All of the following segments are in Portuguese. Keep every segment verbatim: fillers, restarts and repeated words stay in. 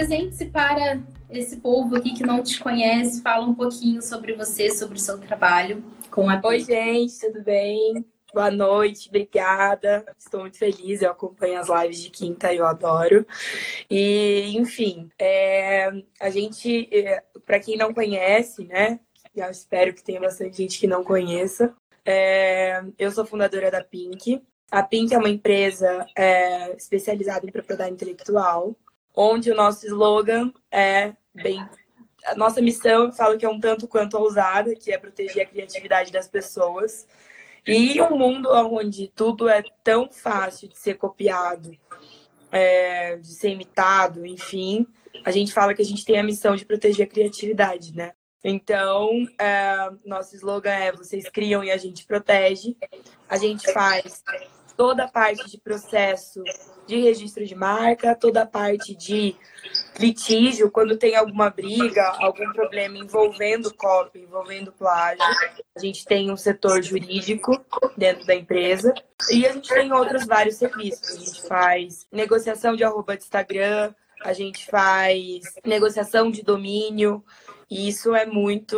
apresente-se para esse povo aqui que não te conhece, fala um pouquinho sobre você, sobre o seu trabalho com a Pink. Oi, gente, tudo bem? Boa noite, obrigada. Estou muito feliz, eu acompanho as lives de quinta e eu adoro. E, enfim, é, a gente, é, para quem não conhece, né? Eu espero que tenha bastante gente que não conheça. É, eu sou fundadora da Pink. A Pink é uma empresa é, especializada em propriedade intelectual, onde o nosso slogan é bem... A nossa missão, eu falo que é um tanto quanto ousada, que é proteger a criatividade das pessoas. E um mundo onde tudo é tão fácil de ser copiado, é, de ser imitado, enfim, a gente fala que a gente tem a missão de proteger a criatividade, né? Então, é, nosso slogan é: vocês criam e a gente protege. A gente faz toda a parte de processo de registro de marca, toda a parte de litígio, quando tem alguma briga, algum problema envolvendo cópia, envolvendo plágio. A gente tem um setor jurídico dentro da empresa e a gente tem outros vários serviços. A gente faz negociação de arroba de Instagram, a gente faz negociação de domínio, e isso é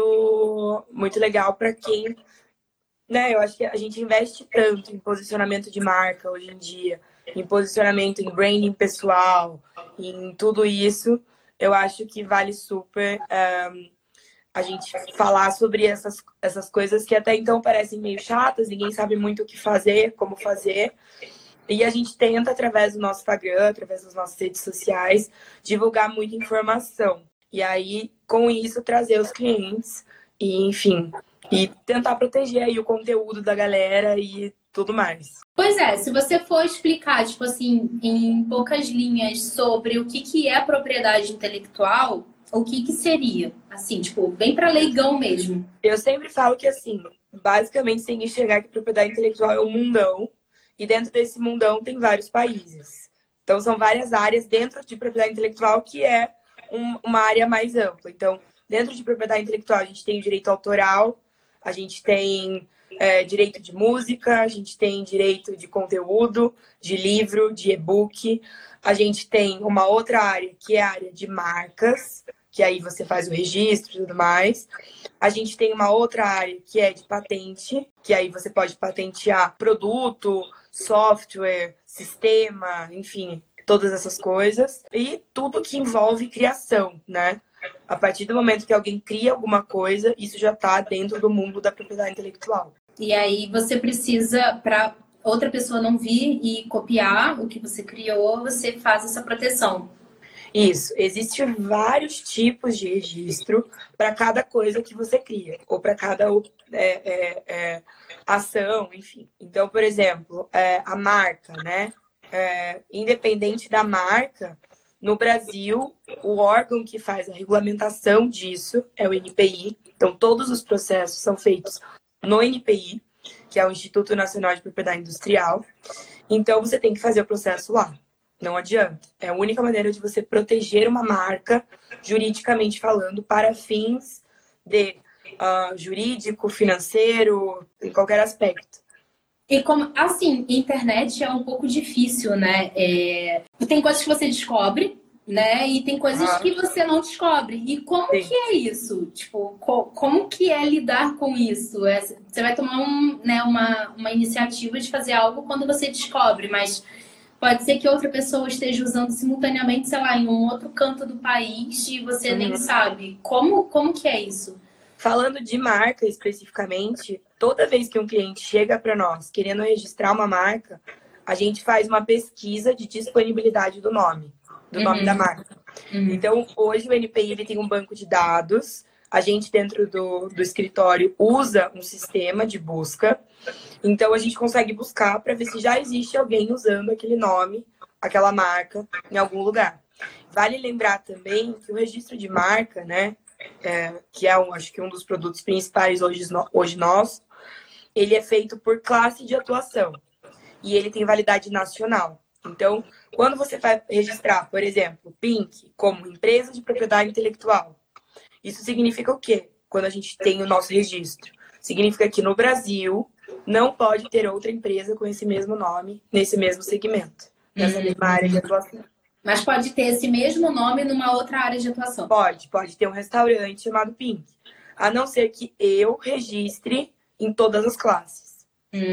muito, muito legal para quem... Né, eu acho que a gente investe tanto em posicionamento de marca hoje em dia, em posicionamento, em branding pessoal, em tudo isso. Eu acho que vale super um, a gente falar sobre essas, essas coisas que até então parecem meio chatas, ninguém sabe muito o que fazer, como fazer. E a gente tenta, através do nosso Instagram, através das nossas redes sociais, divulgar muita informação. E aí, com isso, trazer os clientes e, enfim... E tentar proteger aí o conteúdo da galera e tudo mais. Pois é, se você for explicar, tipo assim, em poucas linhas sobre o que, que é propriedade intelectual, o que, que seria? Assim, tipo, bem para leigão mesmo. Eu sempre falo que, assim, basicamente você tem que enxergar que propriedade intelectual é um mundão, e dentro desse mundão tem vários países. Então, são várias áreas dentro de propriedade intelectual que é um, uma área mais ampla. Então, dentro de propriedade intelectual, a gente tem o direito autoral, a gente tem é, direito de música, a gente tem direito de conteúdo, de livro, de e-book. A gente tem uma outra área, que é a área de marcas, que aí você faz o registro e tudo mais. A gente tem uma outra área, que é de patente, que aí você pode patentear produto, software, sistema, enfim, todas essas coisas. E tudo que envolve criação, né? A partir do momento que alguém cria alguma coisa, isso já está dentro do mundo da propriedade intelectual. E aí você precisa, para outra pessoa não vir e copiar o que você criou, você faz essa proteção. Isso. Existem vários tipos de registro para cada coisa que você cria, ou para cada é, é, é, ação, enfim. Então, por exemplo, é, a marca, né? É, independente da marca, no Brasil, o órgão que faz a regulamentação disso é o N P I. Então, todos os processos são feitos no N P I, que é o Instituto Nacional de Propriedade Industrial. Então, você tem que fazer o processo lá. Não adianta. É a única maneira de você proteger uma marca, juridicamente falando, para fins de uh, jurídico, financeiro, em qualquer aspecto. E como, assim, internet é um pouco difícil, né? É... Tem coisas que você descobre, né? E tem coisas ah. que você não descobre. E como Sim. que é isso? Tipo, co como que é lidar com isso? É, você vai tomar um, né, uma, uma iniciativa de fazer algo quando você descobre, mas pode ser que outra pessoa esteja usando simultaneamente, sei lá, em um outro canto do país e você uhum. nem sabe. Como, como que é isso? Falando de marca especificamente, toda vez que um cliente chega para nós querendo registrar uma marca, a gente faz uma pesquisa de disponibilidade do nome, do uhum. nome da marca. Uhum. Então, hoje o N P I ele tem um banco de dados, a gente dentro do, do escritório usa um sistema de busca, então a gente consegue buscar para ver se já existe alguém usando aquele nome, aquela marca, em algum lugar. Vale lembrar também que o registro de marca, né? É, que é, um, acho que um dos produtos principais hoje, hoje nosso, ele é feito por classe de atuação e ele tem validade nacional. Então, quando você vai registrar, por exemplo, Pink como empresa de propriedade intelectual, isso significa o quê? Quando a gente tem o nosso registro? Significa que no Brasil não pode ter outra empresa com esse mesmo nome, nesse mesmo segmento, nessa uhum. mesma área de atuação. Mas pode ter esse mesmo nome numa outra área de atuação. Pode, pode ter um restaurante chamado Pink. A não ser que eu registre em todas as classes.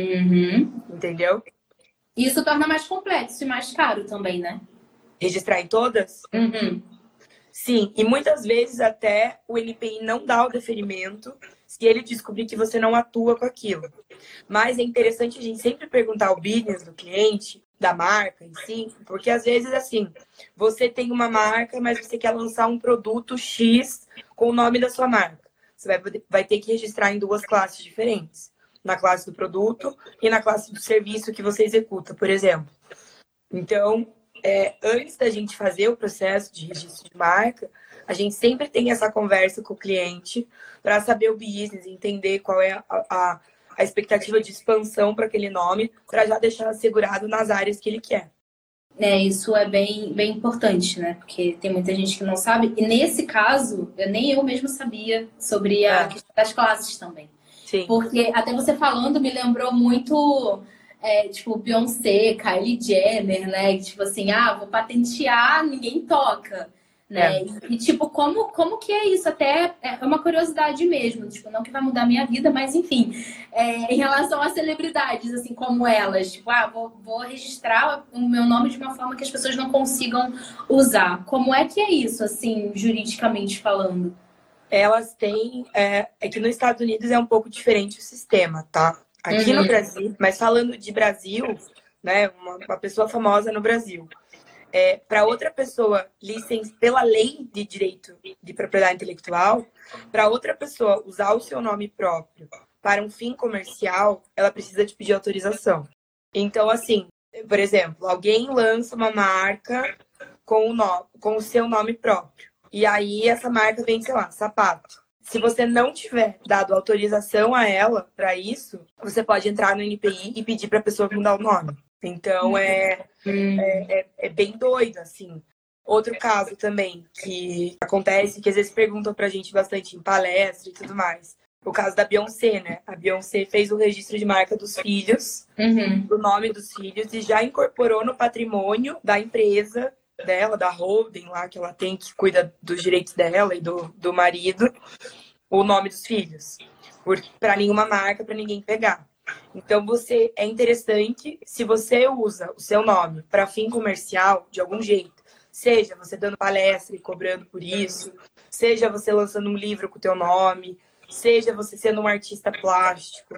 Uhum. Entendeu? Isso torna mais complexo e mais caro também, né? Registrar em todas? Uhum. Sim, e muitas vezes até o N P I não dá o deferimento se ele descobrir que você não atua com aquilo. Mas é interessante a gente sempre perguntar o business do cliente, da marca em si, porque às vezes, assim, você tem uma marca, mas você quer lançar um produto X com o nome da sua marca. Você vai, vai ter que registrar em duas classes diferentes. Na classe do produto e na classe do serviço que você executa, por exemplo. Então, é, antes da gente fazer o processo de registro de marca, a gente sempre tem essa conversa com o cliente para saber o business, entender qual é a, a, a expectativa de expansão para aquele nome, para já deixar assegurado nas áreas que ele quer. É, isso é bem, bem importante, né? Porque tem muita gente que não sabe. E nesse caso, eu, nem eu mesmo sabia sobre a É. questão das classes também. Sim. Porque até você falando me lembrou muito, é, tipo, Beyoncé, Kylie Jenner, né? Tipo assim, ah, vou patentear, ninguém toca, né? É. E, e, tipo, como, como que é isso? Até é uma curiosidade mesmo, tipo, não que vai mudar a minha vida, mas enfim, é, em relação a celebridades, assim, como elas, tipo, ah, vou, vou registrar o meu nome de uma forma que as pessoas não consigam usar. Como é que é isso, assim, juridicamente falando? Elas têm... É, é que nos Estados Unidos é um pouco diferente o sistema, tá? Aqui Uhum. no Brasil, mas falando de Brasil, né? Uma, uma pessoa famosa no Brasil. É, para outra pessoa, licen... pela lei de direito de propriedade intelectual, para outra pessoa usar o seu nome próprio para um fim comercial, ela precisa de pedir autorização. Então, assim, por exemplo, alguém lança uma marca com o, no... com o seu nome próprio. E aí essa marca vende, sei lá, sapato. Se você não tiver dado autorização a ela para isso, você pode entrar no N P I e pedir para a pessoa mudar o nome. Então é, é, é, é bem doido, assim. Outro caso também que acontece, que às vezes perguntam pra gente bastante em palestra e tudo mais. O caso da Beyoncé, né? A Beyoncé fez o registro de marca dos filhos, Uhum. do nome dos filhos, e já incorporou no patrimônio da empresa dela, da holding lá que ela tem, que cuida dos direitos dela e do, do marido, o nome dos filhos. Para nenhuma marca, para ninguém pegar. Então, você é interessante se você usa o seu nome para fim comercial, de algum jeito, seja você dando palestra e cobrando por isso, seja você lançando um livro com o teu nome, seja você sendo um artista plástico,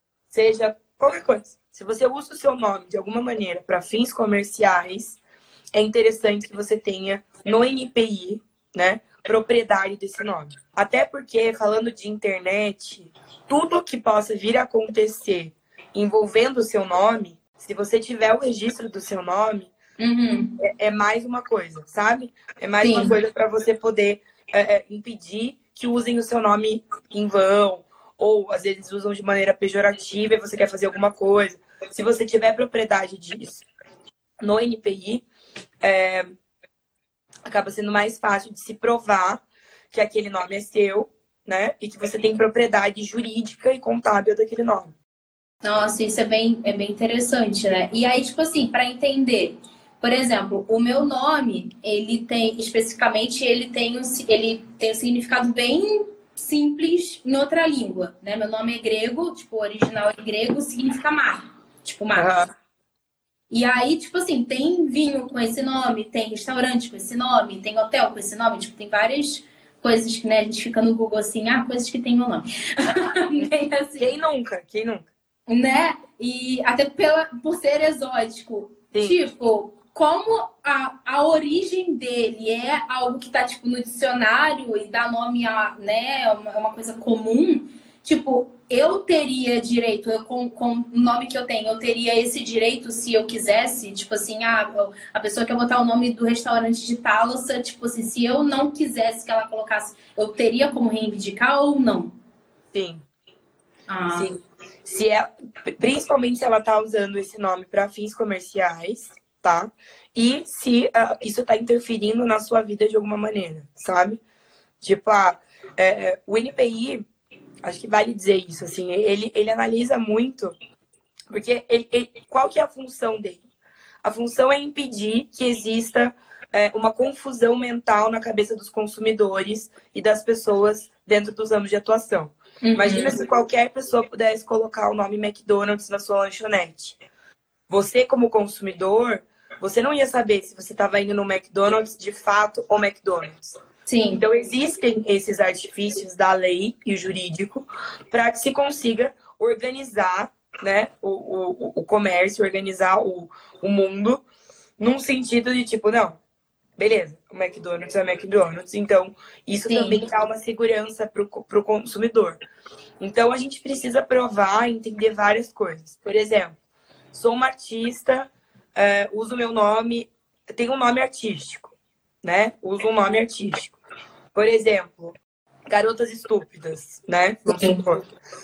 seja qualquer coisa. Se você usa o seu nome de alguma maneira para fins comerciais, é interessante que você tenha no N P I, né, propriedade desse nome. Até porque, falando de internet, tudo que possa vir a acontecer envolvendo o seu nome, se você tiver o registro do seu nome, Uhum. é, é mais uma coisa, sabe? É mais Sim. uma coisa para você poder é, é, impedir que usem o seu nome em vão, ou às vezes usam de maneira pejorativa e você quer fazer alguma coisa. Se você tiver propriedade disso no N P I, é, acaba sendo mais fácil de se provar que aquele nome é seu, né? E que você tem propriedade jurídica e contábil daquele nome. Nossa, isso é bem, é bem interessante, né? E aí, tipo assim, para entender, por exemplo, o meu nome, ele tem, especificamente, ele tem um, ele tem um significado bem simples em outra língua, né? Meu nome é grego, tipo, original em grego, significa mar, tipo mar. Uhum. E aí, tipo assim, tem vinho com esse nome, tem restaurante com esse nome, tem hotel com esse nome, tipo, tem várias coisas que, né, a gente fica no Google assim, ah, coisas que tem meu nome. Tem assim, Quem nunca? Quem nunca? né? E até pela, por ser exótico. Sim. Tipo, como a, a origem dele é algo que tá, tipo, no dicionário e dá nome a, né, é uma, uma coisa comum, tipo, eu teria direito, eu, com, com o nome que eu tenho, eu teria esse direito se eu quisesse, tipo assim, ah, a pessoa quer botar o nome do restaurante de Talossa, tipo assim, se eu não quisesse que ela colocasse, eu teria como reivindicar ou não? Sim. Ah. Sim. Se ela, principalmente se ela tá usando esse nome para fins comerciais, tá? E se uh, isso tá interferindo na sua vida de alguma maneira, sabe? Tipo, ah, é, o N P I, acho que vale dizer isso, assim, ele, ele analisa muito, porque ele, ele, qual que é a função dele? A função é impedir que exista é, uma confusão mental na cabeça dos consumidores e das pessoas dentro dos ramos de atuação. Uhum. Imagina se qualquer pessoa pudesse colocar o nome McDonald's na sua lanchonete. Você, como consumidor, você não ia saber se você estava indo no McDonald's de fato ou McDonald's. Sim. Então, existem esses artifícios da lei e o jurídico para que se consiga organizar, né, o, o, o comércio, organizar o, o mundo num sentido de tipo, não, beleza, o McDonald's é McDonald's, então isso Sim. também dá uma segurança para o consumidor. Então, a gente precisa provar, entender várias coisas. Por exemplo, sou uma artista, uh, uso meu nome, tenho um nome artístico, né? Uso um nome artístico. Por exemplo, Garotas Estúpidas, né? Vamos supor.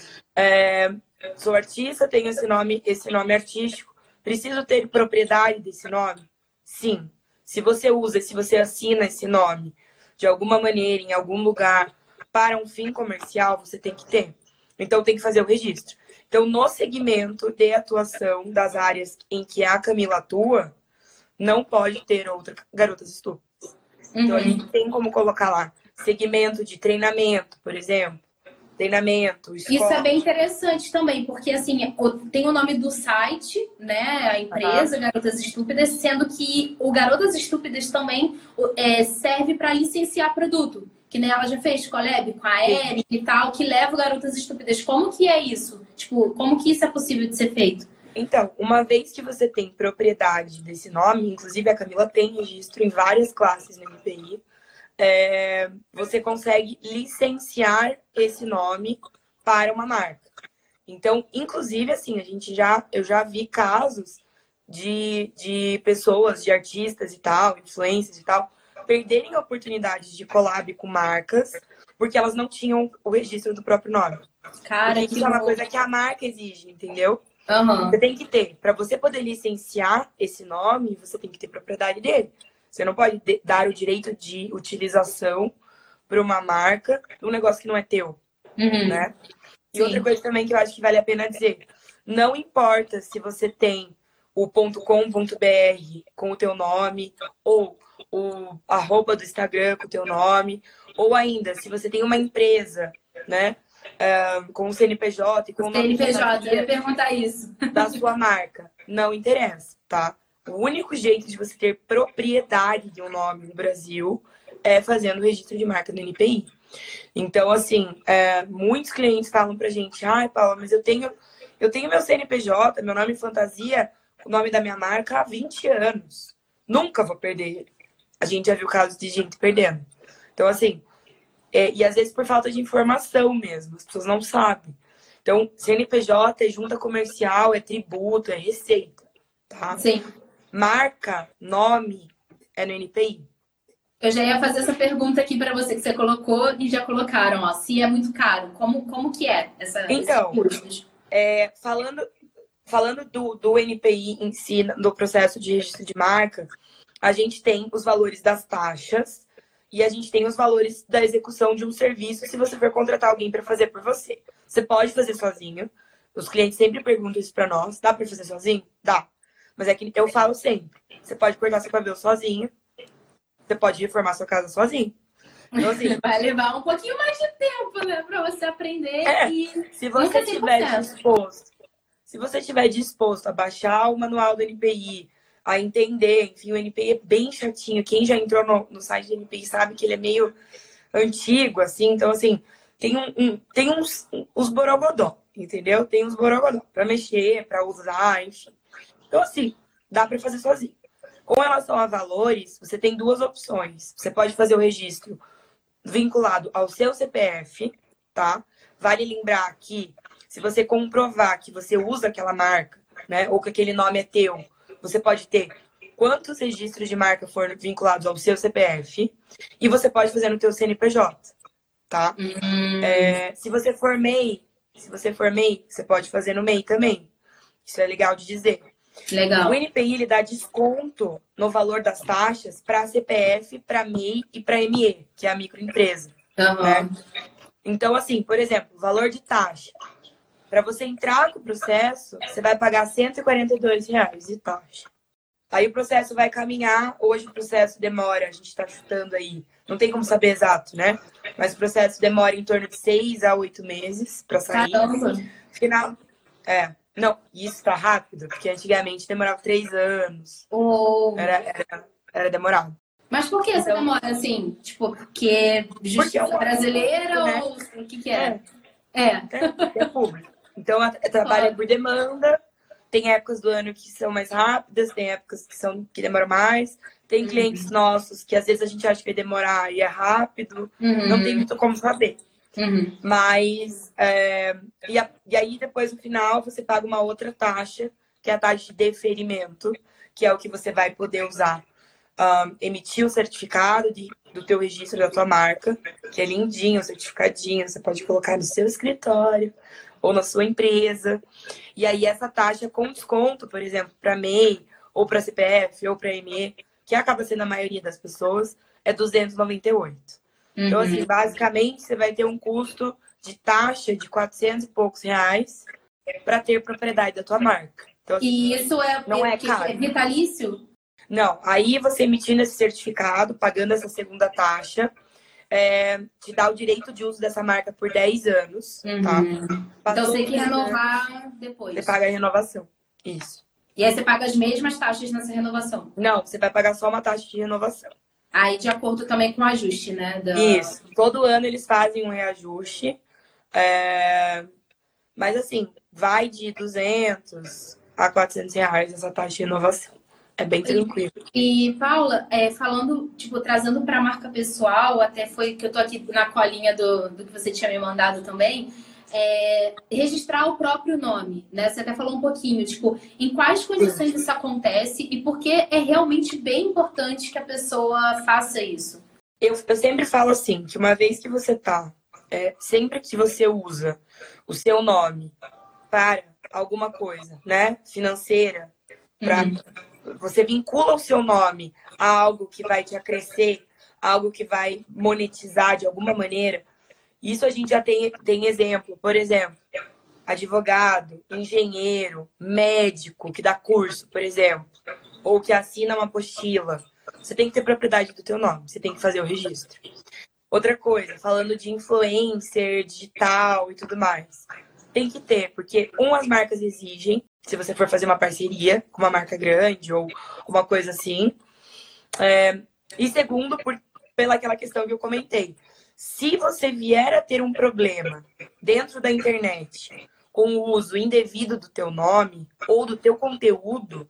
É, sou artista, tenho esse nome, esse nome artístico. Preciso ter propriedade desse nome? Sim. Se você usa, se você assina esse nome de alguma maneira, em algum lugar, para um fim comercial, você tem que ter. Então, tem que fazer o registro. Então, no segmento de atuação das áreas em que a Camila atua, não pode ter outra Garotas Estúpidas. Uhum. Então, a gente tem como colocar lá segmento de treinamento, por exemplo. Treinamento, escola. Isso é bem interessante também, porque assim, tem o nome do site, né? A empresa, uhum. Garotas Estúpidas, sendo que o Garotas Estúpidas também é, serve para licenciar produto. Que nem ela já fez collab com a Eric e tal, que leva o Garotas Estúpidas. Como que é isso? Tipo, como que isso é possível de ser feito? Então, uma vez que você tem propriedade desse nome, inclusive a Camila tem registro em várias classes no M P I, é, você consegue licenciar esse nome para uma marca. Então, inclusive, assim, a gente já, eu já vi casos de, de pessoas, de artistas e tal, influencers e tal, perderem a oportunidade de collab com marcas porque elas não tinham o registro do próprio nome. Cara, porque isso é uma coisa que a marca exige, entendeu? Uhum. Você tem que ter. Para você poder licenciar esse nome, você tem que ter propriedade dele. Você não pode dar o direito de utilização para uma marca de um negócio que não é teu, uhum. né? E Sim. outra coisa também que eu acho que vale a pena dizer, não importa se você tem o .com.br com o teu nome, ou o arroba do Instagram com o teu nome, ou ainda, se você tem uma empresa, né, uh, com o C N P J e com o nome C N P J, eu ia perguntar isso. da sua marca, não interessa, tá? O único jeito de você ter propriedade de um nome no Brasil é fazendo o registro de marca no N P I. Então, assim, é, muitos clientes falam pra gente, ai, Paula, mas eu tenho, eu tenho meu C N P J, meu nome fantasia, o nome da minha marca há vinte anos. Nunca vou perder ele. A gente já viu casos de gente perdendo. Então, assim, é, e às vezes por falta de informação mesmo, as pessoas não sabem. Então, C N P J é junta comercial, é tributo, é receita, tá? Sim. Marca, nome, é no N P I. Eu já ia fazer essa pergunta aqui para você, que você colocou e já colocaram, ó. Se é muito caro, como, como que é essa, então, esses custos? É, falando, falando do, do N P I em si, do processo de registro de marca, a gente tem os valores das taxas e a gente tem os valores da execução de um serviço se você for contratar alguém para fazer por você. Você pode fazer sozinho. Os clientes sempre perguntam isso para nós. Dá para fazer sozinho? Dá. Mas é que eu falo sempre. Você pode cortar seu cabelo sozinho. Você pode reformar sua casa sozinho. Então, assim, vai levar um pouquinho mais de tempo, né? Para você aprender. É, e se você estiver disposto, se você estiver disposto a baixar o manual do N P I, a entender, enfim, o N P I é bem chatinho. Quem já entrou no, no site do N P I sabe que ele é meio antigo, assim. Então, assim, tem, um, um, tem uns, uns borogodó, entendeu? Tem uns borogodó para mexer, para usar, enfim. Então, assim, dá para fazer sozinho. Com relação a valores, você tem duas opções. Você pode fazer o registro vinculado ao seu C P F, tá? Vale lembrar que se você comprovar que você usa aquela marca, né, ou que aquele nome é teu, você pode ter quantos registros de marca foram vinculados ao seu C P F e você pode fazer no teu C N P J, tá? Hum. É, se você for M E I, se você for M E I, você pode fazer no M E I também. Isso é legal de dizer. Legal. O N P I ele dá desconto no valor das taxas para C P F, para M E I e para M E, que é a microempresa. Uhum. Né? Então, assim, por exemplo, valor de taxa. Para você entrar com o processo, você vai pagar cento e quarenta e dois reais de taxa. Aí o processo vai caminhar. Hoje o processo demora, a gente está chutando aí, não tem como saber exato, né? Mas o processo demora em torno de seis a oito meses para sair. Caramba! Final. É. Não, isso tá rápido, porque antigamente demorava três anos. Oh. Era, era, era demorado. Mas por que essa Então, demora, assim? Tipo, porque justiça porque é um brasileira público, né? ou o que que é? É, É. é, é público. Então, a- trabalha por demanda. Tem épocas do ano que são mais rápidas, tem épocas que, são, que demoram mais. Tem clientes nossos que às vezes a gente acha que vai demorar e é rápido. Uhum. Não tem muito como saber. Uhum. Mas, é, e, a- e aí depois no final você paga uma outra taxa, que é a taxa de deferimento, que é o que você vai poder usar. Um, emitir o certificado de, do teu registro da tua marca, que é lindinho, certificadinho, você pode colocar no seu escritório ou na sua empresa. E aí essa taxa com desconto, por exemplo, para M E I, ou para C P F, ou para M E, que acaba sendo a maioria das pessoas, é duzentos e noventa e oito. Uhum. Então, assim, basicamente, você vai ter um custo de taxa de quatrocentos e poucos reais para ter propriedade da tua marca. Então, assim, e isso é, não é, é caro. É vitalício? Não, aí você emitindo esse certificado, pagando essa segunda taxa, é, te dá o direito de uso dessa marca por dez anos, Uhum. tá? Então você tem que renovar depois. Você paga a renovação. Isso. E aí você paga as mesmas taxas nessa renovação? Não, você vai pagar só uma taxa de renovação. Aí de acordo também com o ajuste, né? Da... Isso. Todo ano eles fazem um reajuste. É... Mas assim, vai de duzentos a quatrocentos reais essa taxa de renovação. É bem tranquilo. E, e Paula, é, falando, tipo, trazendo para a marca pessoal, até foi que eu tô aqui na colinha do, do que você tinha me mandado também, é, registrar o próprio nome, né? Você até falou um pouquinho, tipo, em quais condições Sim. isso acontece e por que é realmente bem importante que a pessoa faça isso? Eu, eu sempre falo assim, que uma vez que você tá, é, sempre que você usa o seu nome para alguma coisa, né, financeira, para uhum. Você vincula o seu nome a algo que vai te acrescer, algo que vai monetizar de alguma maneira. Isso a gente já tem, tem exemplo. Por exemplo, advogado, engenheiro, médico que dá curso, por exemplo, ou que assina uma apostila. Você tem que ter propriedade do teu nome, você tem que fazer o registro. Outra coisa, falando de influencer, digital e tudo mais. Tem que ter, porque um, as marcas exigem, se você for fazer uma parceria com uma marca grande ou uma coisa assim. É, e segundo, por, pela aquela questão que eu comentei. Se você vier a ter um problema dentro da internet com o uso indevido do teu nome ou do teu conteúdo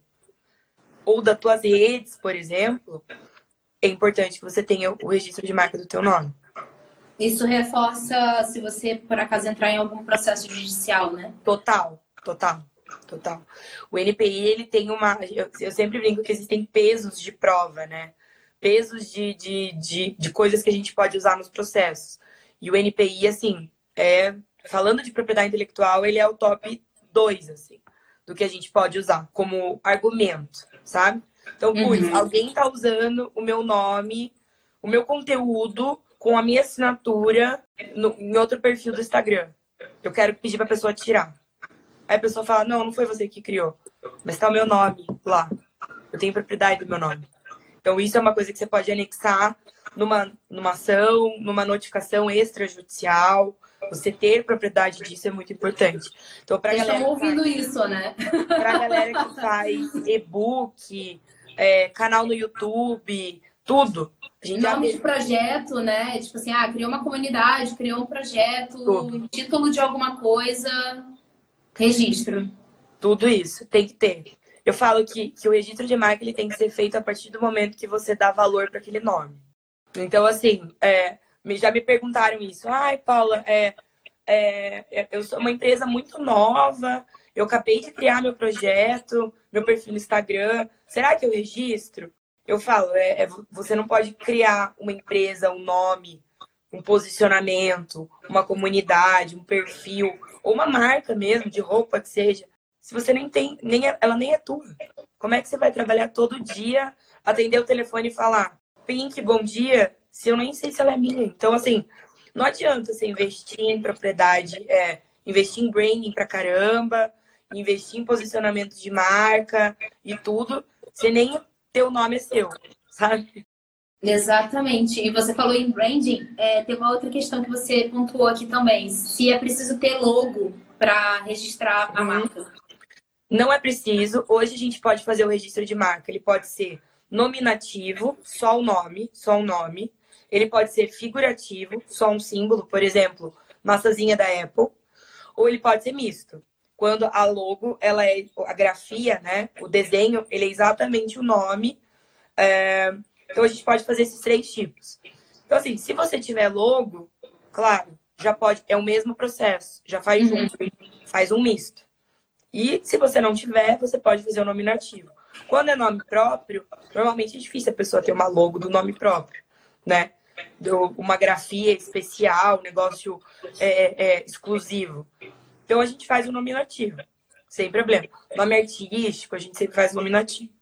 ou das tuas redes, por exemplo, é importante que você tenha o registro de marca do teu nome. Isso reforça se você, por acaso, entrar em algum processo judicial, né? Total, total. Total. O N P I, ele tem uma... Eu, eu sempre brinco que existem pesos de prova, né? Pesos de, de, de, de coisas que a gente pode usar nos processos. E o N P I, assim, é... Falando de propriedade intelectual, ele é o top dois, assim, do que a gente pode usar como argumento, sabe? Então, putz, uhum. alguém tá usando o meu nome, o meu conteúdo com a minha assinatura no, em outro perfil do Instagram. Eu quero pedir pra pessoa tirar. Aí a pessoa fala, não, não foi você que criou, mas tá o meu nome lá. Eu tenho propriedade do meu nome. Então isso é uma coisa que você pode anexar numa, numa ação, numa notificação extrajudicial. Você ter propriedade disso é muito importante. Então, pra Vocês galera estão ouvindo faz, isso, né? Pra galera que faz e-book, é, canal no YouTube, tudo. A gente nome já... de projeto, né? Tipo assim, ah, criou uma comunidade, criou um projeto, tudo. Título de alguma coisa... Registro. Tudo isso tem que ter. Eu falo que, que o registro de marca ele tem que ser feito a partir do momento que você dá valor para aquele nome. Então, assim, é, já me perguntaram isso. Ai, Paula, é, é, eu sou uma empresa muito nova, eu acabei de criar meu projeto, meu perfil no Instagram. Será que eu registro? Eu falo, é, é, você não pode criar uma empresa, um nome, um posicionamento, uma comunidade, um perfil, ou uma marca mesmo, de roupa que seja, se você nem tem, nem é, ela nem é tua. Como é que você vai trabalhar todo dia, atender o telefone e falar, Pink, bom dia, se eu nem sei se ela é minha? Então, assim, não adianta você investir em propriedade, é, investir em branding pra caramba, investir em posicionamento de marca e tudo, Você nem teu nome é seu, sabe? Exatamente. E você falou em branding, é, tem uma outra questão que você pontuou aqui também. Se é preciso ter logo para registrar a marca. Não é preciso. Hoje a gente pode fazer o registro de marca. Ele pode ser nominativo, só o nome, só um nome. Ele pode ser figurativo, só um símbolo, por exemplo, maçãzinha da Apple. Ou ele pode ser misto. Quando a logo, ela é a grafia, né? O desenho, ele é exatamente o nome. É... Então a gente pode fazer esses três tipos. Então, assim, se você tiver logo, claro, já pode, é o mesmo processo. Já faz Uhum. junto, faz um misto. E se você não tiver, você pode fazer o nominativo. Quando é nome próprio, normalmente é difícil a pessoa ter uma logo do nome próprio, né? Do, uma grafia especial, um negócio é, é, exclusivo. Então a gente faz o nominativo, sem problema. Nome artístico, a gente sempre faz o nominativo.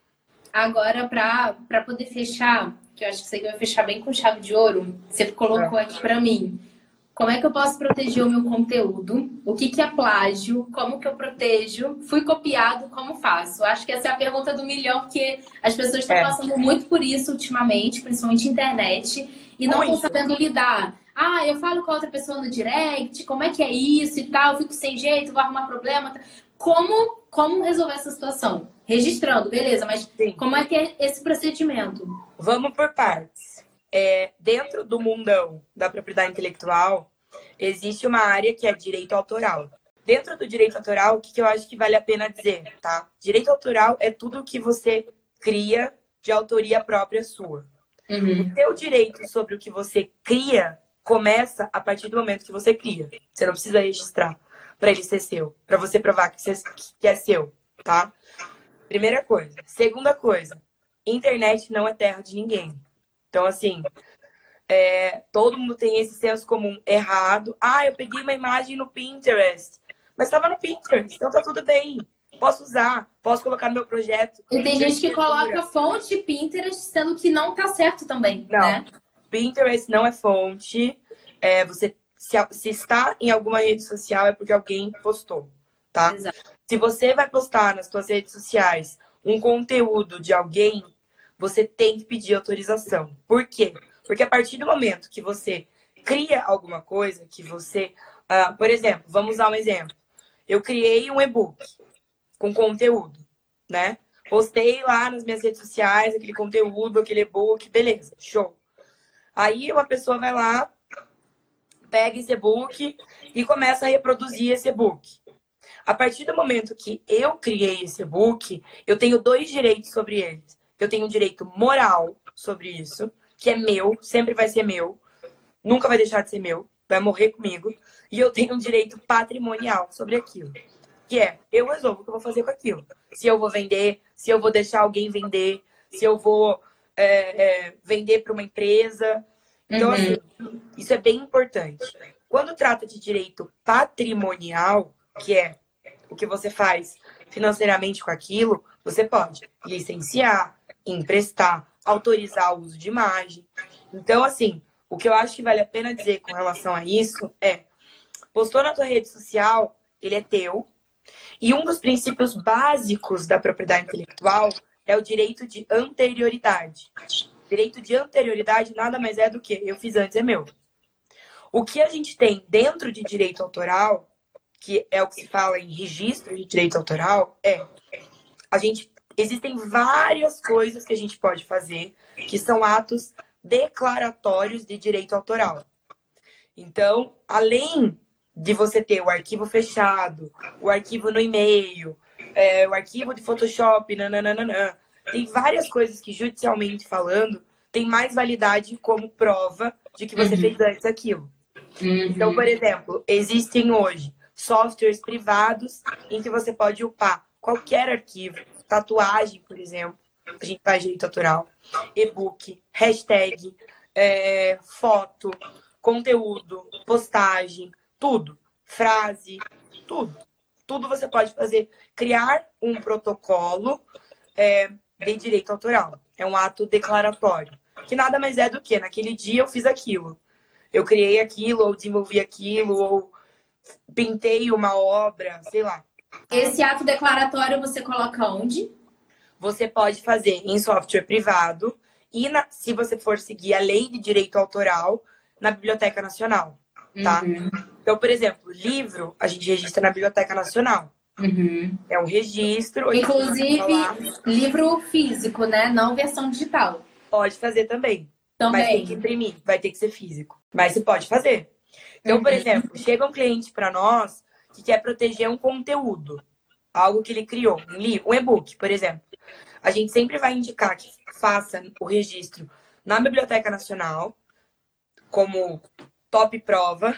Agora, para poder fechar, que eu acho que você vai fechar bem com chave de ouro, você colocou aqui para mim. Como é que eu posso proteger o meu conteúdo? O que, que é plágio? Como que eu protejo? Fui copiado, como faço? Acho que essa é a pergunta do milhão, porque as pessoas estão É. passando muito por isso ultimamente, principalmente internet, e não estão sabendo lidar. Ah, eu falo com a outra pessoa no direct, como é que é isso e tal, eu fico sem jeito, vou arrumar problema. Como, como resolver essa situação? Registrando, beleza, mas Sim. como é que é esse procedimento? Vamos por partes. É, dentro do mundão da propriedade intelectual, existe uma área que é direito autoral. Dentro do direito autoral, o que, que eu acho que vale a pena dizer, tá? Direito autoral é tudo que você cria de autoria própria sua. Uhum. O seu direito sobre o que você cria começa a partir do momento que você cria. Você não precisa registrar para ele ser seu, para você provar que, você, que é seu, tá? Primeira coisa. Segunda coisa, internet não é terra de ninguém. Então, assim, é, todo mundo tem esse senso comum errado. Ah, eu peguei uma imagem no Pinterest. Mas estava no Pinterest, então tá tudo bem. Posso usar, posso colocar no meu projeto. E tem gente que coloca fonte Pinterest, sendo que não tá certo também, não. né? Pinterest não é fonte. É, você, se, se está em alguma rede social é porque alguém postou, tá? Exato. Se você vai postar nas suas redes sociais um conteúdo de alguém, você tem que pedir autorização. Por quê? Porque a partir do momento que você cria alguma coisa, que você... Uh, por exemplo, vamos usar um exemplo. Eu criei um e-book com conteúdo, né? Postei lá nas minhas redes sociais aquele conteúdo, aquele e-book, beleza, show. Aí uma pessoa vai lá, pega esse e-book e começa a reproduzir esse e-book. A partir do momento que eu criei esse e-book, eu tenho dois direitos sobre ele. Eu tenho um direito moral sobre isso, que é meu, sempre vai ser meu, nunca vai deixar de ser meu, vai morrer comigo. E eu tenho um direito patrimonial sobre aquilo, que é, eu resolvo o que eu vou fazer com aquilo. Se eu vou vender, se eu vou deixar alguém vender, se eu vou é, é, vender para uma empresa. Então, uhum. assim, isso é bem importante. Quando trata de direito patrimonial, que é o que você faz financeiramente com aquilo, você pode licenciar, emprestar, autorizar o uso de imagem. Então, assim, o que eu acho que vale a pena dizer com relação a isso é, postou na tua rede social, ele é teu, e um dos princípios básicos da propriedade intelectual é o direito de anterioridade. Direito de anterioridade nada mais é do que eu fiz antes, é meu. O que a gente tem dentro de direito autoral, que é o que se fala em registro de direito autoral, é a gente existem várias coisas que a gente pode fazer que são atos declaratórios de direito autoral. Então, além de você ter o arquivo fechado, o arquivo no e-mail, é, o arquivo de Photoshop, nananana, tem várias coisas que, judicialmente falando, tem mais validade como prova de que você uhum. fez antes aquilo. Uhum. Então, por exemplo, existem hoje softwares privados em que você pode upar qualquer arquivo, tatuagem, por exemplo, a gente faz direito autoral, e-book, hashtag, é, foto, conteúdo, postagem, tudo, frase, tudo. Tudo você pode fazer, criar um protocolo é, de direito autoral. É um ato declaratório, que nada mais é do que, naquele dia eu fiz aquilo. Eu criei aquilo, ou desenvolvi aquilo, ou pintei uma obra, sei lá. Esse ato declaratório você coloca onde? você pode fazer em software privado e, na, se você for seguir a lei de direito autoral, na Biblioteca Nacional, tá? Uhum. Então, por exemplo, livro a gente registra na Biblioteca Nacional. Uhum. É um registro. Inclusive, livro físico, né? Não versão digital. Pode fazer também. Também. Mas tem que imprimir, vai ter que ser físico. Mas você pode fazer. Então, Uhum. por exemplo, chega um cliente para nós que quer proteger um conteúdo. Algo que ele criou. Um livro, um e-book, por exemplo. A gente sempre vai indicar que faça o registro na Biblioteca Nacional, como top prova.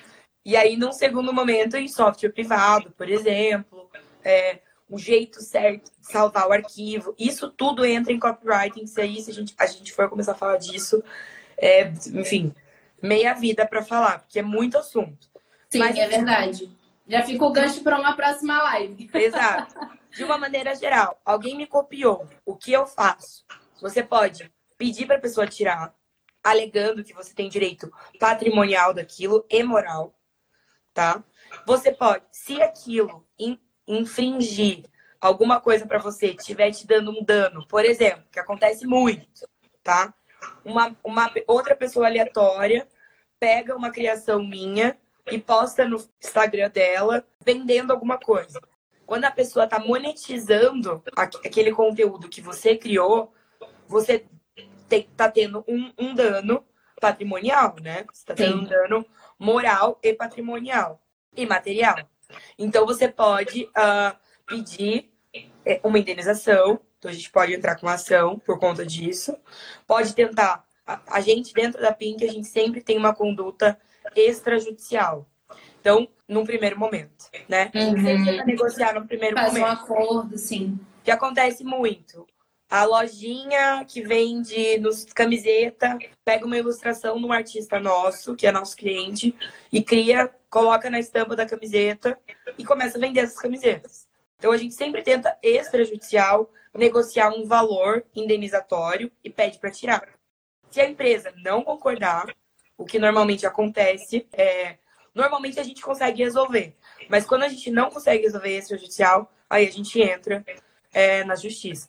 E aí, num segundo momento, em software privado, por exemplo, é, o jeito certo de salvar o arquivo. Isso tudo entra em copywriting. Se aí se a gente, a gente for começar a falar disso, é, enfim, meia vida para falar, porque é muito assunto. Sim, Mas, é verdade. Já fica o gancho para uma próxima live. Exato. De uma maneira geral, alguém me copiou. O que eu faço? Você pode pedir para a pessoa tirar, alegando que você tem direito patrimonial daquilo e moral, tá? Você pode, se aquilo in, infringir alguma coisa para você, estiver te dando um dano, por exemplo, que acontece muito, tá? Uma, uma outra pessoa aleatória pega uma criação minha e posta no Instagram dela vendendo alguma coisa. Quando a pessoa está monetizando aquele conteúdo que você criou, você está tendo um, um dano patrimonial, né? Você está tendo Sim. um dano moral e patrimonial e material. Então, você pode uh, pedir uma indenização. Então, a gente pode entrar com ação por conta disso. Pode tentar. A, a gente, dentro da Pink, a gente sempre tem uma conduta extrajudicial. Então, num primeiro momento, né? A gente sempre tenta negociar no primeiro Faz momento. Faz um acordo, sim. Que acontece muito. A lojinha que vende nos camiseta pega uma ilustração de um artista nosso, que é nosso cliente, e cria, coloca na estampa da camiseta e começa a vender essas camisetas. Então, a gente sempre tenta extrajudicial negociar um valor indenizatório e pede para tirar. Se a empresa não concordar, o que normalmente acontece é... Normalmente a gente consegue resolver. Mas quando a gente não consegue resolver extrajudicial, aí a gente entra é, na justiça.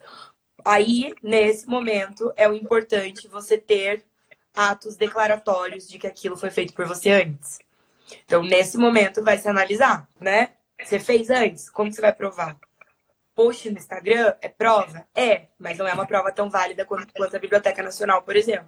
Aí, nesse momento, é o importante você ter atos declaratórios de que aquilo foi feito por você antes. Então, nesse momento, vai se analisar, né? Você fez antes? Como você vai provar? Post no Instagram é prova? É, mas não é uma prova tão válida quanto, quanto a Biblioteca Nacional, por exemplo.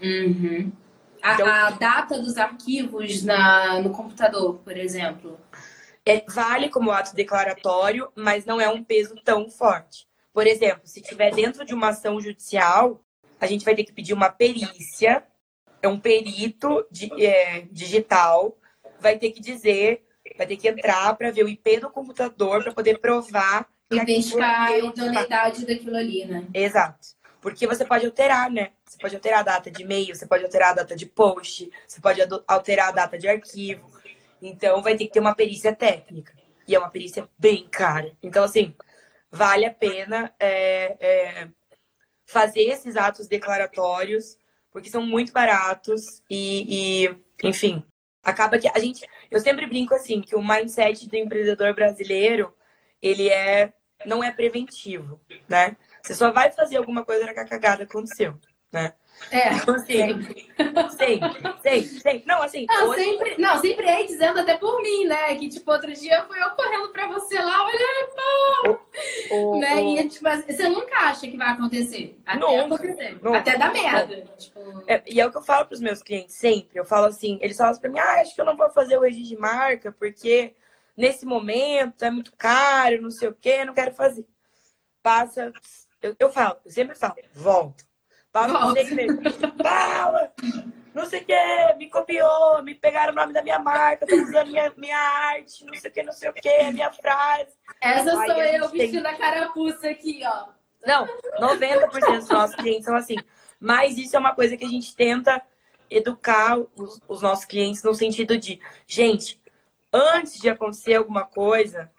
Uhum. A, então, a data dos arquivos na, no computador, por exemplo? É, vale como ato declaratório, mas não é um peso tão forte. Por exemplo, se estiver dentro de uma ação judicial, a gente vai ter que pedir uma perícia, é um perito de, é, digital, vai ter que dizer, vai ter que entrar para ver o I P do computador para poder provar. Investigar a idoneidade daquilo ali, né? Exato. Porque você pode alterar, né? Você pode alterar a data de e-mail, você pode alterar a data de post, você pode alterar a data de arquivo. Então, vai ter que ter uma perícia técnica. E é uma perícia bem cara. Então, assim, vale a pena é, é, fazer esses atos declaratórios, porque são muito baratos e, e, enfim, acaba que a gente... Eu sempre brinco, assim, que o mindset do empreendedor brasileiro, ele é, não é preventivo, né? Você só vai fazer alguma coisa na que a cagada aconteceu, né? É, então, assim, sempre. Sempre, sempre, sempre. Não, assim... Não, hoje... sempre, não, sempre é dizendo até por mim, né? Que, tipo, outro dia foi eu correndo pra você lá, olha, pô! O, né? O... E, tipo, você nunca acha que vai acontecer. Até nunca, acontecer. Nunca, até dar merda. Tipo... É, e é o que eu falo pros meus clientes sempre. Eu falo assim, eles falam pra mim, ah, acho que eu não vou fazer o registro de marca, porque nesse momento é muito caro, não sei o quê, não quero fazer. Passa... Eu, eu falo, eu sempre falo, volta. Fala seis meses. Fala! Não sei o que, me copiou, me pegaram o nome da minha marca, estão usando minha, minha arte, não sei o que, não sei o que, minha frase. Essa Aí sou eu vestindo tem... a carapuça aqui, ó. Não, noventa por cento dos nossos clientes são assim. Mas isso é uma coisa que a gente tenta educar os, os nossos clientes no sentido de, gente, antes de acontecer alguma coisa,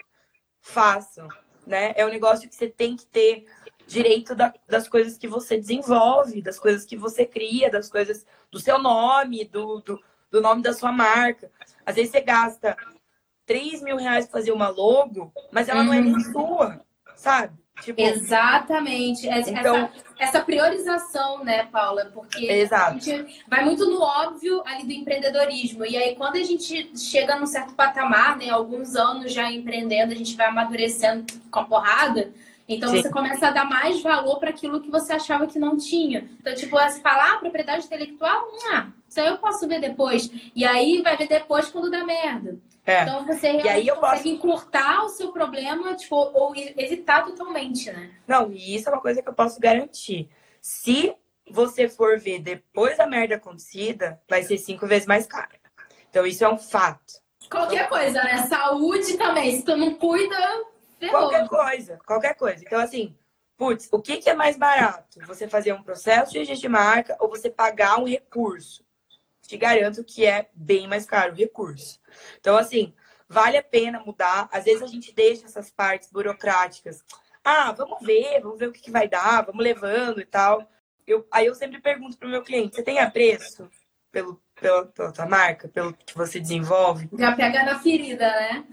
façam, né? É um negócio que você tem que ter direito da, das coisas que você desenvolve, das coisas que você cria, das coisas do seu nome, do, do, do nome da sua marca. Às vezes você gasta três mil reais para fazer uma logo, mas ela uhum. não é nem sua, sabe? Tipo, exatamente. então, Essa, essa priorização, né, Paula? Porque exato. a gente vai muito no óbvio ali do empreendedorismo. E aí, quando a gente chega num certo patamar, né, alguns anos já empreendendo, a gente vai amadurecendo com a porrada. Então, Sim. você começa a dar mais valor para aquilo que você achava que não tinha. Então, tipo, você fala, ah, propriedade intelectual, ah, isso aí eu posso ver depois. E aí, vai ver depois quando dá merda. É. Então, você E aí realmente eu consegue posso... encurtar o seu problema, tipo, ou evitar totalmente, né? Não, e isso é uma coisa que eu posso garantir. Se você for ver depois da merda acontecida, vai ser cinco vezes mais caro. Então, isso é um fato. Qualquer então, coisa, né? Saúde também. Se tu não cuida, ferrou. Qualquer coisa, qualquer coisa. Então, assim, putz, o que, que é mais barato? Você fazer um processo de registro de marca ou você pagar um recurso? Te garanto que é bem mais caro o recurso. Então, assim, vale a pena mudar. Às vezes a gente deixa essas partes burocráticas. Ah, vamos ver, vamos ver o que, que vai dar, vamos levando e tal. Eu, aí eu sempre pergunto pro meu cliente, você tem apreço pelo, pela, pela tua marca, pelo que você desenvolve? Já pega na ferida, né?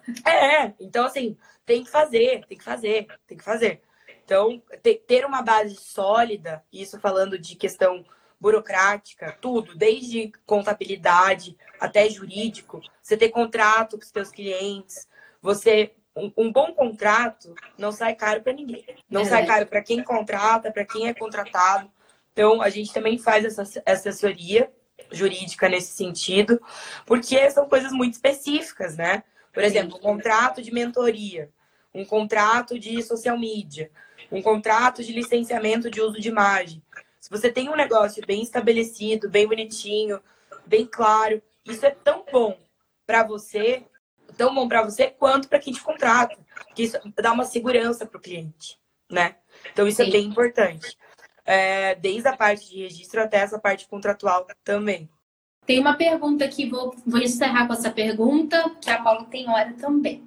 É, então assim, tem que fazer, tem que fazer, tem que fazer. Então, ter uma base sólida, isso falando de questão burocrática, tudo, desde contabilidade até jurídico, você ter contrato com os seus clientes, você um, um bom contrato não sai caro para ninguém. Não sai caro para quem contrata, para quem é contratado. Então, a gente também faz essa assessoria jurídica nesse sentido, porque são coisas muito específicas, né? Por exemplo, um contrato de mentoria, um contrato de social media, um contrato de licenciamento de uso de imagem. Se você tem um negócio bem estabelecido, bem bonitinho, bem claro, isso é tão bom para você, tão bom para você quanto para quem te contrata, porque isso dá uma segurança para o cliente, né? Então isso Sim. é bem importante, é, desde a parte de registro até essa parte contratual também. Tem uma pergunta aqui, vou, vou encerrar com essa pergunta, que a Paula tem hora também.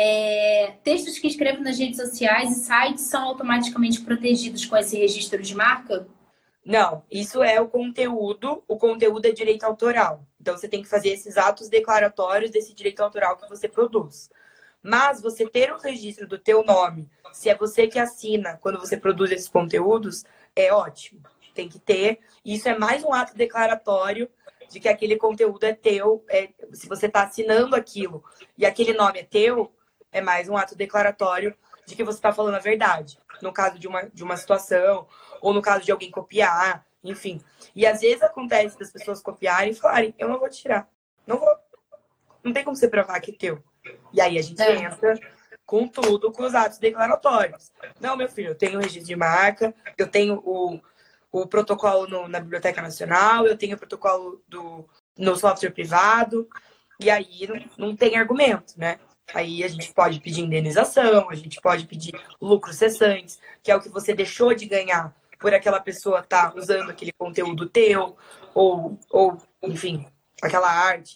É, textos que escrevo nas redes sociais e sites são automaticamente protegidos com esse registro de marca? Não, isso é o conteúdo, o conteúdo é direito autoral. Então, você tem que fazer esses atos declaratórios desse direito autoral que você produz. Mas você ter o registro do teu nome, se é você que assina quando você produz esses conteúdos, é ótimo. Tem que ter. Isso é mais um ato declaratório de que aquele conteúdo é teu. É, se você está assinando aquilo e aquele nome é teu, é mais um ato declaratório de que você está falando a verdade. No caso de uma, de uma situação, ou no caso de alguém copiar, enfim. E às vezes acontece das pessoas copiarem e falarem, eu não vou tirar. Não vou. Não tem como você provar que é teu. E aí a gente é. entra com tudo, com os atos declaratórios. Não, meu filho, eu tenho o registro de marca, eu tenho o, o protocolo no, na Biblioteca Nacional, eu tenho o protocolo do, no software privado, e aí não, não tem argumento, né? Aí a gente pode pedir indenização, a gente pode pedir lucros cessantes, que é o que você deixou de ganhar por aquela pessoa estar tá usando aquele conteúdo teu, ou, ou, enfim, aquela arte.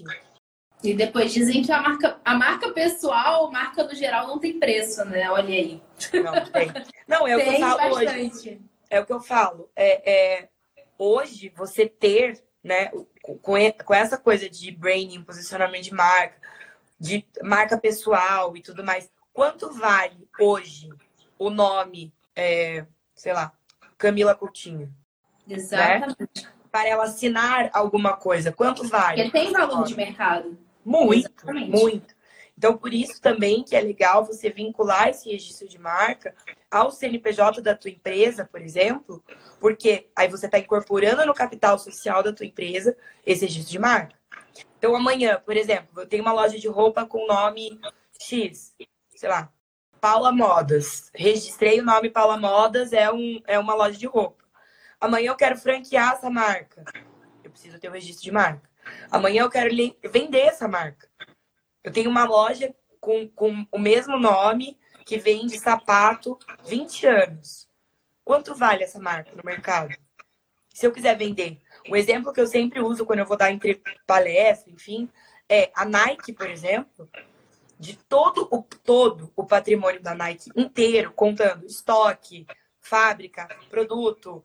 E depois dizem que a marca, a marca pessoal, marca no geral, não tem preço, né? Olha aí. Não, tem. Não, é o que eu falo bastante. Hoje. É o que eu falo. É, é, hoje, você ter, né, com, com essa coisa de branding, posicionamento de marca, de marca pessoal e tudo mais, quanto vale hoje o nome, é, sei lá, Camila Coutinho? Exatamente. Né? Para ela assinar alguma coisa, quanto vale? Porque tem valor de mercado. Muito, Exatamente. muito. Então, por isso também que é legal você vincular esse registro de marca ao C N P J da tua empresa, por exemplo, porque aí você está incorporando no capital social da tua empresa esse registro de marca. Então, amanhã, por exemplo, eu tenho uma loja de roupa com nome X, sei lá, Paula Modas. Registrei o nome Paula Modas, é, um, é uma loja de roupa. Amanhã eu quero franquear essa marca. Eu preciso ter o registro de marca. Amanhã eu quero vender essa marca. Eu tenho uma loja com, com o mesmo nome que vende sapato vinte anos. Quanto vale essa marca no mercado? Se eu quiser vender. Um exemplo que eu sempre uso quando eu vou dar entre palestra, enfim, é a Nike, por exemplo, de todo o, todo o patrimônio da Nike inteiro, contando estoque, fábrica, produto,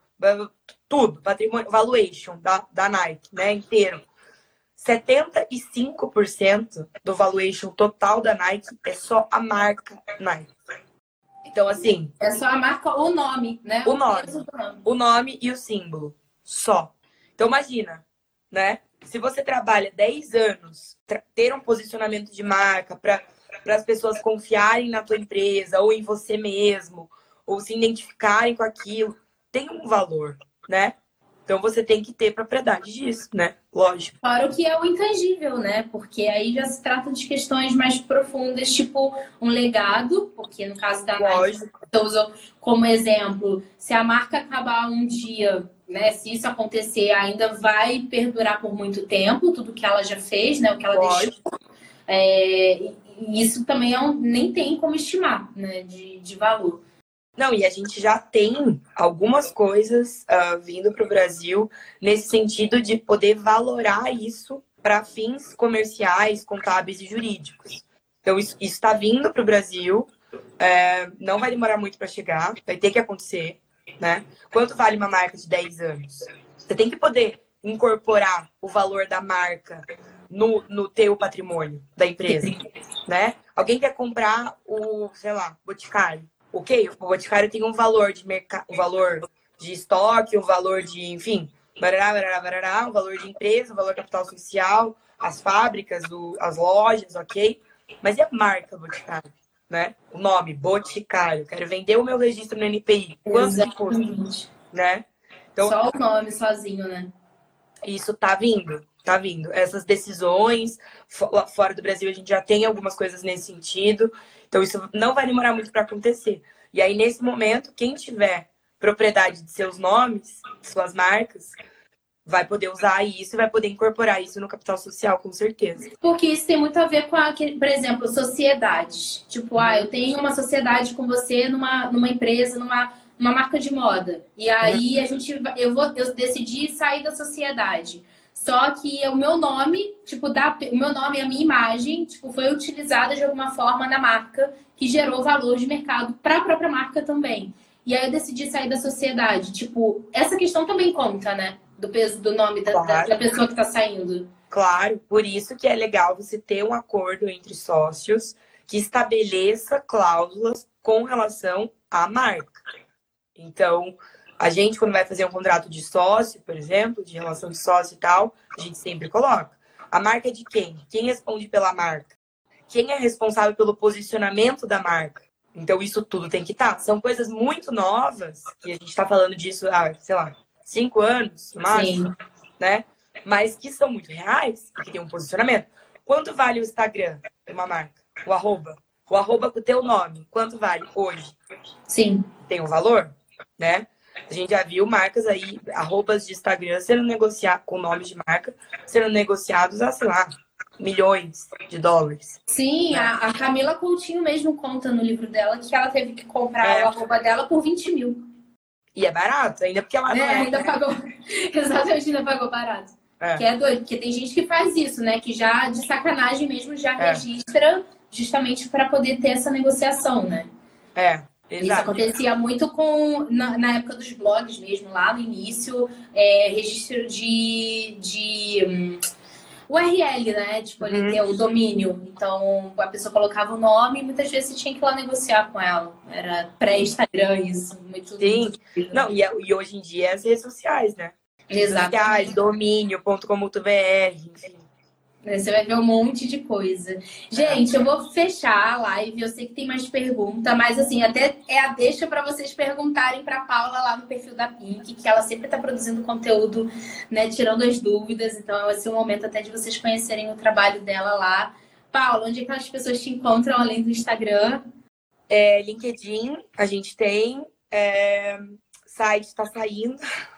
tudo, patrimônio, valuation da, da Nike, né, inteiro. setenta e cinco por cento do valuation total da Nike é só a marca Nike. Então, assim... É só a marca, o nome, né? O O nome. peso do nome. O nome e o símbolo. Só. Então, imagina, né? Se você trabalha dez anos, ter um posicionamento de marca para as pessoas confiarem na tua empresa ou em você mesmo, ou se identificarem com aquilo, tem um valor, né? Então, você tem que ter propriedade disso, né? Lógico. Fora o que é o intangível, né? Porque aí já se trata de questões mais profundas, tipo um legado, porque no caso da Nike, você usou como exemplo, se a marca acabar um dia, né? Se isso acontecer, ainda vai perdurar por muito tempo, tudo que ela já fez, né? O que ela Lógico. deixou. É, e isso também é um, nem tem como estimar, né? De, de valor. Não, e a gente já tem algumas coisas uh, vindo para o Brasil nesse sentido de poder valorar isso para fins comerciais, contábeis e jurídicos. Então, isso está vindo para o Brasil, é, não vai demorar muito para chegar, vai ter que acontecer, né? Quanto vale uma marca de dez anos? Você tem que poder incorporar o valor da marca no, no teu patrimônio da empresa, né? Alguém quer comprar o, sei lá, Boticário. Ok, o Boticário tem um valor de mercado, um valor de estoque, um valor de, enfim, barará, barará, barará, um valor de empresa, um valor de capital social, as fábricas, o, as lojas, ok? Mas e a marca Boticário, né? O nome, Boticário. Quero vender o meu registro no N P I. Quanto que custa, né? Então, só o nome sozinho, né? Isso tá vindo, tá vindo. Essas decisões, lá fora do Brasil, a gente já tem algumas coisas nesse sentido. Então, isso não vai demorar muito para acontecer. E aí, nesse momento, quem tiver propriedade de seus nomes, de suas marcas, vai poder usar isso e vai poder incorporar isso no capital social, com certeza. Porque isso tem muito a ver com, a, por exemplo, sociedades. Tipo, ah, eu tenho uma sociedade com você numa, numa empresa, numa uma marca de moda. E aí, a gente, eu, vou, eu decidi sair da sociedade. Só que o meu nome, tipo, da, o meu nome e a minha imagem, tipo, foi utilizada de alguma forma na marca que gerou valor de mercado para a própria marca também. E aí eu decidi sair da sociedade. Tipo, essa questão também conta, né? Do peso do nome da, claro. da, da pessoa que está saindo. Claro, por isso que é legal você ter um acordo entre sócios que estabeleça cláusulas com relação à marca. Então, a gente, quando vai fazer um contrato de sócio, por exemplo, de relação de sócio e tal, a gente sempre coloca. A marca é de quem? Quem responde pela marca? Quem é responsável pelo posicionamento da marca? Então, isso tudo tem que estar. São coisas muito novas, que a gente está falando disso há, sei lá, cinco anos, no máximo, Sim. né? Mas que são muito reais e que tem um posicionamento. Quanto vale o Instagram de uma marca? O arroba. O arroba com o teu nome. Quanto vale hoje? Sim. Tem um valor, né? A gente já viu marcas aí, arrobas de Instagram sendo negociados com nomes de marca, sendo negociados a, sei lá, milhões de dólares. Sim, né? a, a Camila Coutinho mesmo conta no livro dela que ela teve que comprar é. o arroba dela por vinte mil. E é barato, ainda porque ela não é. é. Ainda pagou. Exatamente, ainda pagou barato. É. Que é doido, porque tem gente que faz isso, né? Que já, de sacanagem mesmo, já é. registra justamente para poder ter essa negociação, né? É. Exato. Isso acontecia muito com na, na época dos blogs mesmo, lá no início, é, registro de, de um, U R L, né? Tipo, ali uhum. ter o domínio. Então, a pessoa colocava o nome e muitas vezes você tinha que ir lá negociar com ela. Era pré-Instagram isso. Muito Sim. Muito... Não, e, e hoje em dia é as redes sociais, né? Exato. Sociais, domínio ponto com ponto b r, enfim. Você vai ver um monte de coisa. Gente, eu vou fechar a live. Eu sei que tem mais pergunta, mas assim, até é a deixa para vocês perguntarem para Paula lá no perfil da Pink, que ela sempre está produzindo conteúdo, né, tirando as dúvidas. Então, vai ser um momento até de vocês conhecerem o trabalho dela lá. Paula, onde é que as pessoas te encontram além do Instagram? É, LinkedIn, a gente tem. É, site está saindo.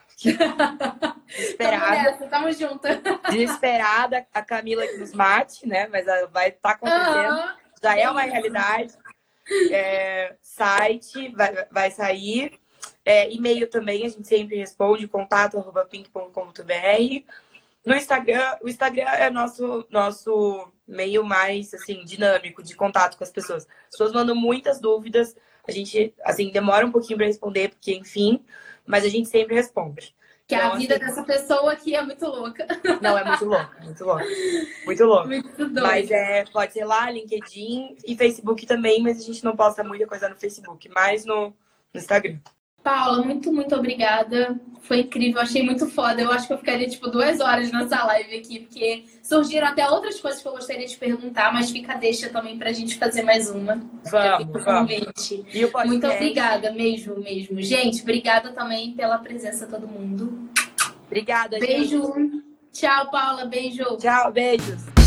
Desesperada. Tamo, tamo junto. Desesperada, a Camila que nos mate, né? Mas vai estar tá acontecendo. Uhum. Já é uma realidade. É, site vai, vai sair. É, e-mail também, a gente sempre responde, contato arroba pink ponto com ponto b r. No Instagram, o Instagram é nosso, nosso meio mais assim, dinâmico de contato com as pessoas. As pessoas mandam muitas dúvidas. A gente assim, demora um pouquinho para responder, porque, enfim, mas a gente sempre responde. Que então, a vida assim, dessa pessoa aqui é muito louca. Não, é muito louco, muito louco. Muito louco. Muito doido. Mas é, pode ser lá, LinkedIn e Facebook também, mas a gente não posta muita coisa no Facebook, mais no, no Instagram. Paula, muito, muito obrigada. Foi incrível, achei muito foda. Eu acho que eu ficaria, tipo, duas horas nessa live aqui, porque surgiram até outras coisas que eu gostaria de perguntar, mas fica a deixa também pra gente fazer mais uma. Vamos, vamos. E o podcast? Muito obrigada mesmo, mesmo. Gente, obrigada também pela presença de todo mundo. Obrigada, Beijo. gente. Tchau, Paula. Beijo. Tchau, beijos.